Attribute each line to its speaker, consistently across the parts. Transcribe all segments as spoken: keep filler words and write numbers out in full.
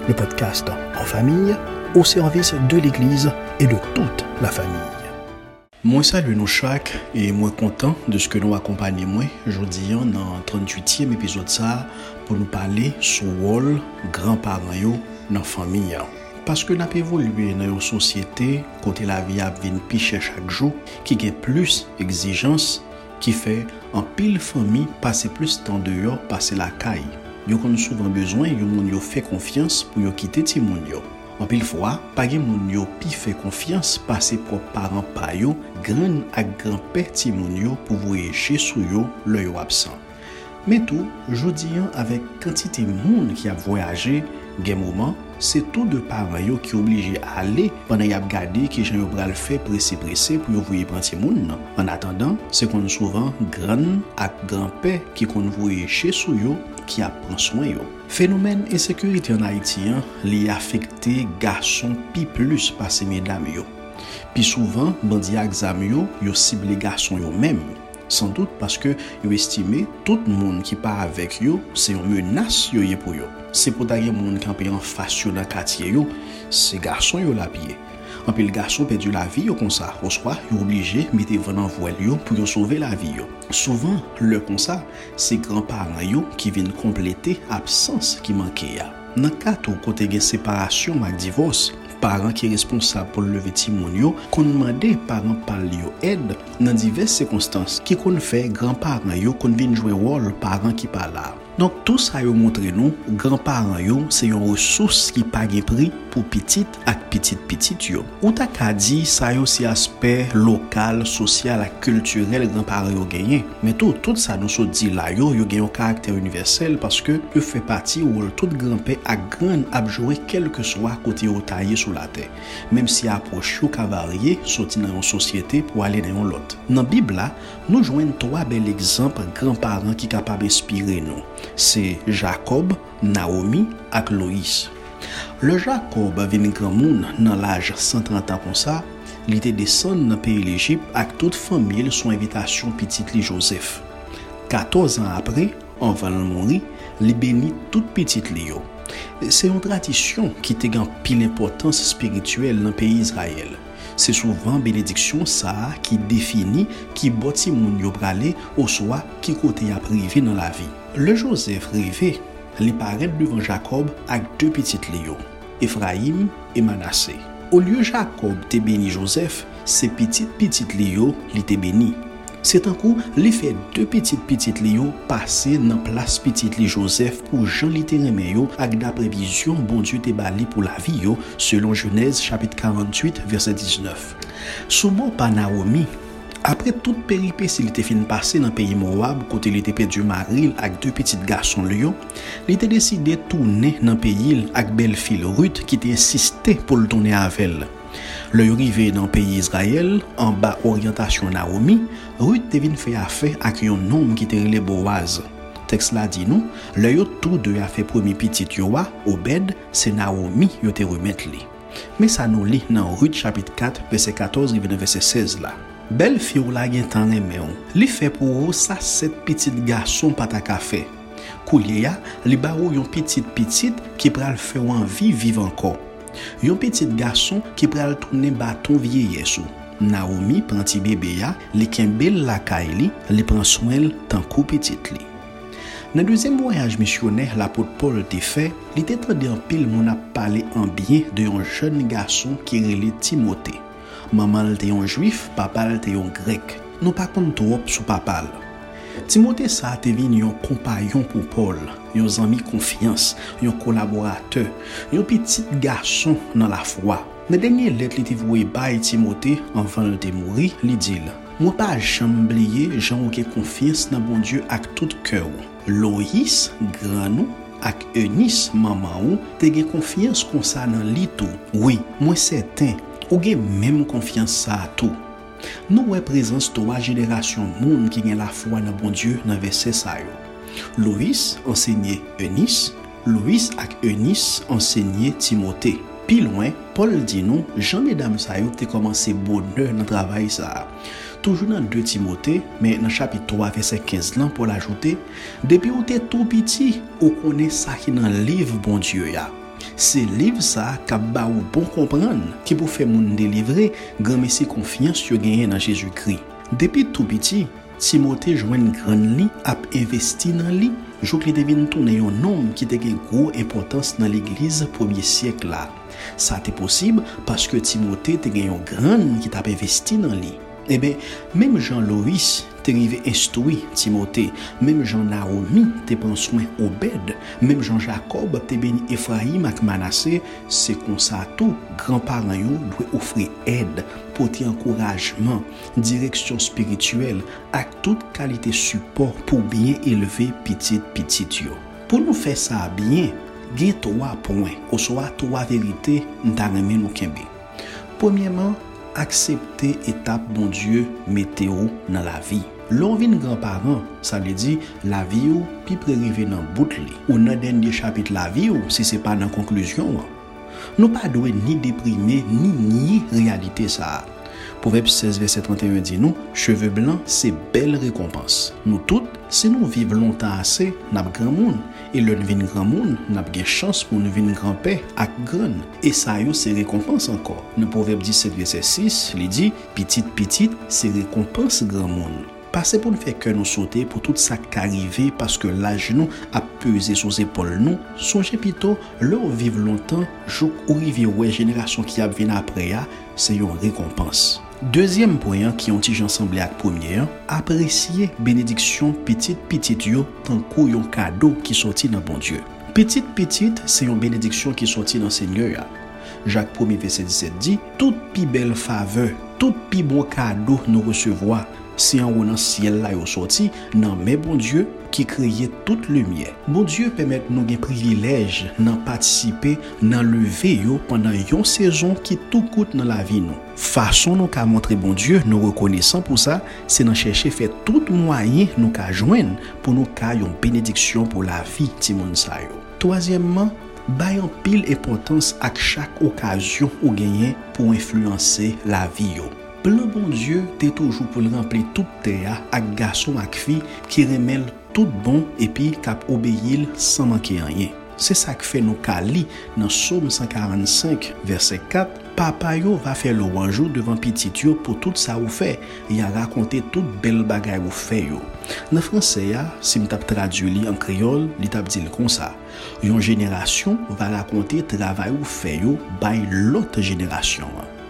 Speaker 1: le podcast en famille, au service de l'Église et de toute la famille. Moi salue nous chaque et moi content de ce que nous accompagnons moi aujourd'hui dans le trente-huitième épisode ça pour nous parler sur le rôle grands-parents yo dans la famille. Parce que nous avons évolué dans une société côté la vie a vient picher chaque jour qui a plus d'exigences qui fait en pile famille passer plus de temps dehors passer la caille. Yo ont souvent besoin yo moun yo fait confiance pour yo quitter ti moun yo. En pile fois, pas gen moun yo pi fait confiance passer propres parents pa yo, grand ak grand-père ti moun yo pour voyager sou yo le yo absent. Mais tout, jodi avec quantité moun qui a voyagé, gen moment, c'est tout de parents yo qui obligé à aller pendant y a gardé qui jan yo pral fait pressé pressé pour yo voyer prendre ti moun. En attendant, c'est qu'on souvent grand ak grand-père qui kon voyager sou yo qui a prend soin yo. Phénomène insécurité en Haïti li affecté garçon pi plus par ces mesdames yo. Pi souvent bandi ak zam yo yo cible garçon yo même. Sans doute parce que yo estimé tout le monde qui pas avec yo c'est une menace yo pour yo. C'est pour d'ailleurs monde camper en face yo dans quartier yo, c'est garçon yo la pied. En pile garçon perdu la vie yo comme ça, au soir yo obligé mettre venant voile yo pour yo sauver la vie yo. Souvent le comme ça, c'est grands-parents yo qui viennent compléter absence qui manquait ya. Dans cas tout côté gen séparation mak divorce, parents qui responsable pour lever ti moun yo qu'on demander parents par yo aide dans diverses circonstances qui qu'on fait grands-parents yo qu'on vinn jouer rôle parents qui pas là. Donc tout ça yo montre nous grands-parents yo c'est une ressource qui pas gen prix pour petite ak petite petite yo. Ou ta ka di ça yo c'est aspect local, social et culturel grands-parents yo gagné. Mais tout tout ça nous so dit là yo yo gen un caractère universel parce que yo fait partie ou tout grand-père ak grand a jouer quel que soit côté au taillé sur la terre. Même si approche yo ka varier sorti dans une société pour aller dans l'autre. Dans Bible là, nous joignent trois bels exemples grands-parents qui capable inspirer nous. C'est Jacob, Naomi et Loïs. Le Jacob vient grand monde dans l'âge cent trente ans comme ça, il était descendu dans le pays l'Égypte avec toute famille son invitation petite li Joseph. quatorze ans après, avant de mourir, il bénit toute petite li yo. C'est une tradition qui te gagne pile importance spirituelle dans le pays Israël. C'est souvent bénédiction ça qui définit qui boti moun yo bralé au soit qui côté a privé dans la vie. Le Joseph rivé, li paraît devant Jacob avec deux petites lions, Ephraim et Manassé. Au lieu Jacob te béni Joseph, ces petites petites lions li te béni. C'est un coup, li fait deux petites petites lions passer dans place petite li Joseph pour Jean li te remè yo ak d'après vision bon Dieu te bali pour la vie yo selon Genèse chapitre quarante-huit verset dix-neuf. Souvent par Naomi, après toute péripétie li te fin passer dans pays Moab côté li te perdu Maril ak deux petits garçons lion, li te décidé tourner dans pays ak belle-fille Ruth qui te insisté pour le tourner avec elle. Le arrivé dans le pays Israël, en bas orientation Naomi, Ruth te vin fait affaire avec un homme qui te relé Boaz. Texte là dit nous, le yo tous deux a fait premier petit yoa, Obed, c'est Naomi yo te remettre li. Mais ça nous lit dans Ruth chapitre quatre verset quatorze et verset seize là. Belle fille ou la gen tan remè on. Li fait pour ça sept petits garçons pas ta café. Koulier ya, li ba ou yon petite petite qui pral faire envie vivre encore. Yon petit garçon qui pral tourner bâton vieillesse. Naomi prend ti bébé ya, li kembel la kay li, li prend soin tant kou petite li. Dans le deuxième voyage missionnaire l'apôtre Paul te fait, il était entendu en pile mon a parlé en bien de un jeune garçon qui relé Timothée. Maman était un juif, papa était un grec. Nous pas compte trop sur papa. Timothée ça te venu un compagnon pour Paul, un ami confiance, un collaborateur, un petit garçon dans la foi. Dans dernière lettre il te voué bail Timothée avant de mourir, il dit moi pas jamais oublier Jean ou confiance dans bon Dieu avec tout cœur. Loïs grand nous ak Eunice maman ou te gen confiance comme ça dans li tout. Oui, moi certain ou gen même confiance ça tout. Nous ouais présence trois générations monde qui gen la foi dans bon Dieu dans verset ça yo. Loïs enseigné Eunice, Loïs ak Eunice enseigné Timothée. Puis loin, Paul dit nous, Jean mesdames ça yo te commencé bonheur dans travail ça. Toujours dans deux Timothée, mais dans chapitre trois verset quinze là pour l'ajouter, depuis ou t'es tout petit, ou connaît ça qui dans livre bon Dieu ya. C'est livre ça qui ba ou bon comprendre, qui pour faire moun délivrer, grand messie confiance yo gagné dans Jésus-Christ. Depuis tout petit, Timothée joine grande li ap investi dans li, jou li devine tourner un homme qui te gen gros importance dans l'église premier siècle là. Ça était possible parce que Timothée te gen un grand qui t'a investi dans li. Eh bien, même Jean-Loïs t'est arrivé instruit Timothée, même Jean-Naomi t'est prend soin Obed, même Jean-Jacob t'est béni Ephraim ak Manassé, c'est comme ça tout, grands-parents yo doivent offrir aide, porter encouragement, direction spirituelle, ak toute qualité support pour bien élever petit petit yo. Pour nous faire ça bien, gen trois points, ou soit trois vérités n'ta remè nou kembe. Premièrement, accepter étape bon Dieu météo dans la vie. L'on vin grand-parent, ça veut dire la vie ou pi prérivé dans bout li. Ou dans dernier chapitre la vie ou si c'est pas dans conclusion. Nous pas doué ni déprimer ni nier réalité ça. Proverbe seize verset trente et un dit nous, cheveux blancs c'est belle récompense. Nous toutes, si nous vivons longtemps assez, n'a grand monde et le vin grand monde, n'a pas chance pour nous vin grand paix ak grand et ça yo c'est récompense encore. Dans Proverbe dix-sept verset six, il dit petite petite c'est récompense grand monde. Passer pour nous faire que nous sauter pour tout ça qui arrive parce que l'âge nous a pesé sur les épaules nous, songez plutôt leur vivre longtemps, jour ou rivier ouais génération qui a venu après c'est une récompense. Deuxième point qui ont tige ensemble avec première, apprécier bénédiction petite petite yo tant qu'un cadeau qui sorti dans bon Dieu. Petite petite c'est une bénédiction qui sorti dans Seigneur. Jacques premier verset dix-sept dit toute pi belle faveur, tout pi bon cadeau nous recevoir. C'est en haut dans ciel là yo sorti nan mais bon Dieu qui créait toute lumière. Bon Dieu permet nous un privilège d'en participer dans lever yo pendant une saison qui tout coûte dans la vie nous. Façon nous qu'a montrer bon Dieu nous reconnaissant pour ça, c'est d'en chercher faire tout moyen nous qu'a joindre pour nous qu'a une bénédiction pour la vie ti moun sa yo. Troisièmement, bay en pile importance à chaque occasion ou gagner pour influencer la vie yo. Plan bon Dieu t'es toujours pour le remplir toute terre avec garçon avec fille qui remèle tout bon et puis cap obéir sans manquer rien. C'est ça que fait nous kali dans Psaume cent quarante-cinq verset quatre. Papa yo va faire le louange devant petit yo pour tout ça ou fait. Il a raconté toute belle bagaille ou fait yo. Dans français ya, si m'tap traduit en créole, li tap dit comme ça. Une génération va raconter travail ou fait yo by l'autre génération.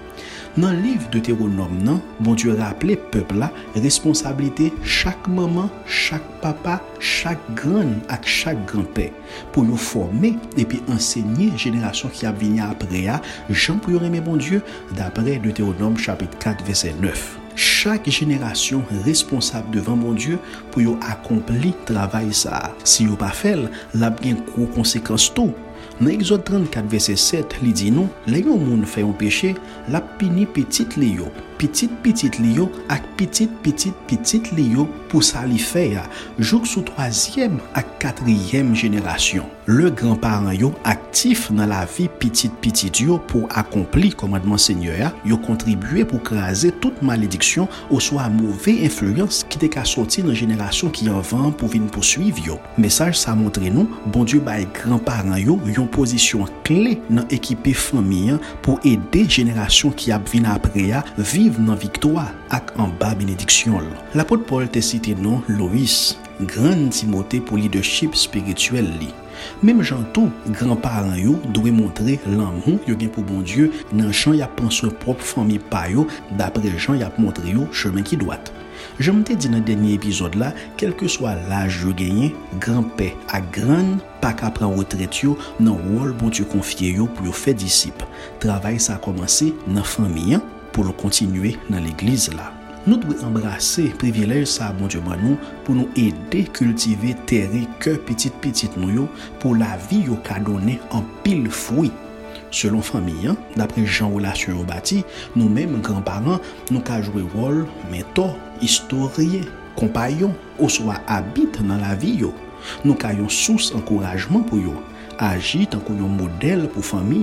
Speaker 1: Dans le livre de Deutéronome, non, bon Dieu rappelait peuple là responsabilité chaque maman, chaque papa, chaque grande et chaque grand-père pour nous former et puis enseigner génération qui a venu après ya, Jean pour aimer bon Dieu d'après Deutéronome chapitre quatre verset neuf. Chaque génération responsable devant mon Dieu pour yo accomplir travail ça. Si yo pas fait, la bien gros conséquences tout. Dans Exode trente-quatre verset sept, il dit nous, les gens moun fait un péché, la pini petite li yo, petite petite li yo ak petite petite petite li yo pour ça li fait ya, jour sous troisième ak quatrième génération. Le grand-parent yo actif dans la vie petite petite yo pour accomplir commandement Seigneur, yo contribuer pour craser toute malédiction ou soit mauvaise influence qui te ka sorti dans génération qui en vend pour venir poursuivre yo. Message ça montre nous, bon Dieu bay grand-parent yo yon position clé dans équiper famille pour aider génération qui a vinn après ya vivre dans victoire ak en bas bénédiction. L'apôtre Paul te cité non Loïs, grand Timothée pour leadership spirituel li. Même Jean tout grand-parents yo doit montrer l'amour yo gen pour bon Dieu dans champ y a prend son propre famille pa yo d'après Jean y a montré yo chemin qui doit. Je m'te dit dans le dernier épisode là, quel que soit l'âge yo gagné, grand-père à grande pas qu'à prendre retraite yo dans rôle bon Dieu confié yo pour yo faire disciple. Travail ça a commencé dans famille pour le continuer dans l'église là. Nous devons embrasser privilège ça bon Dieu nous pour nous aider cultiver terre cœur petite petite nous pour la vie yo ka donner en pile fruit. Selon famille, d'après Jean relation au bâti, nous-mêmes grands-parents, nous ka jouer rôle mentor, historien, compagnon, ou soit habite dans la vie yo. Nous ka yon source encouragement pour yo, agir tant qu'on yon modèle pour famille.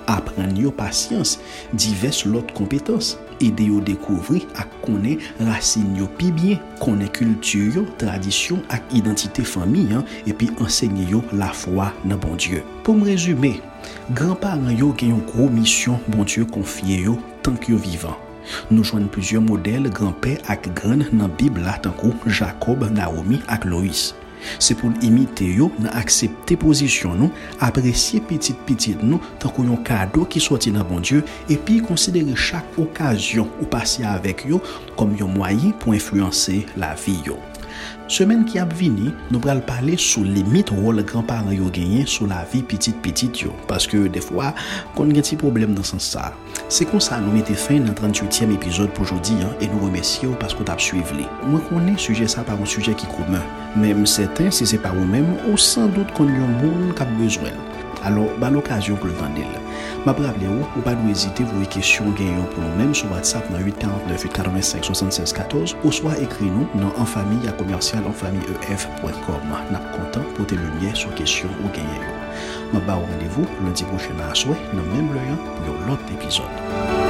Speaker 1: apprendre yo patience, diverses autres compétences, aider yo découvrir à connaître racines yo pi bien, connaître culture yo, tradition ak identité famille hein, et puis enseigner yo la foi dans bon Dieu. Pour me résumer, grands-parents yo gen une gros mission bon Dieu confié yo tant que yo vivant. Nous joignons plusieurs modèles grand-père ak grand dans Bible là tant que Jacob, Naomi ak Loïs. C'est pour imiter yo, accepter position nous, apprécier petite petite nous tant qu'on un cadeau qui sorti dans bon Dieu et puis considérer chaque occasion ou passer avec yo comme un moyen pour influencer la vie yo. Semaine qui a venu, nous allons parler sur les limite rôle grands-parents yo gagné sur la vie petite petite yo parce que des fois qu'on a un petit problème dans ce sens ça. C'est comme ça nous mettons fin dans trente-huitième épisode pour aujourd'hui hein, et nous remercions parce que vous avez suivi. Moi connais sujet ça par un sujet qui commun. Même certains si c'est pas vous-même ou sans doute qu'on y a un monde qui a besoin. Alors, bah l'occasion pour le vendre. Ma rappelez vous, ou pas nous hésiter vos questions gagnant pour nous-mêmes sur WhatsApp dans huit quarante-neuf huit quatre-vingt-cinq soixante-seize quatorze ou soit écrit nous dans en famille à commercial en famille e f point com. N'a content pour tes lumières sur questions ou gagnant. Ma bah rendez-vous lundi prochain à souhait dans même lien pour l'autre épisode.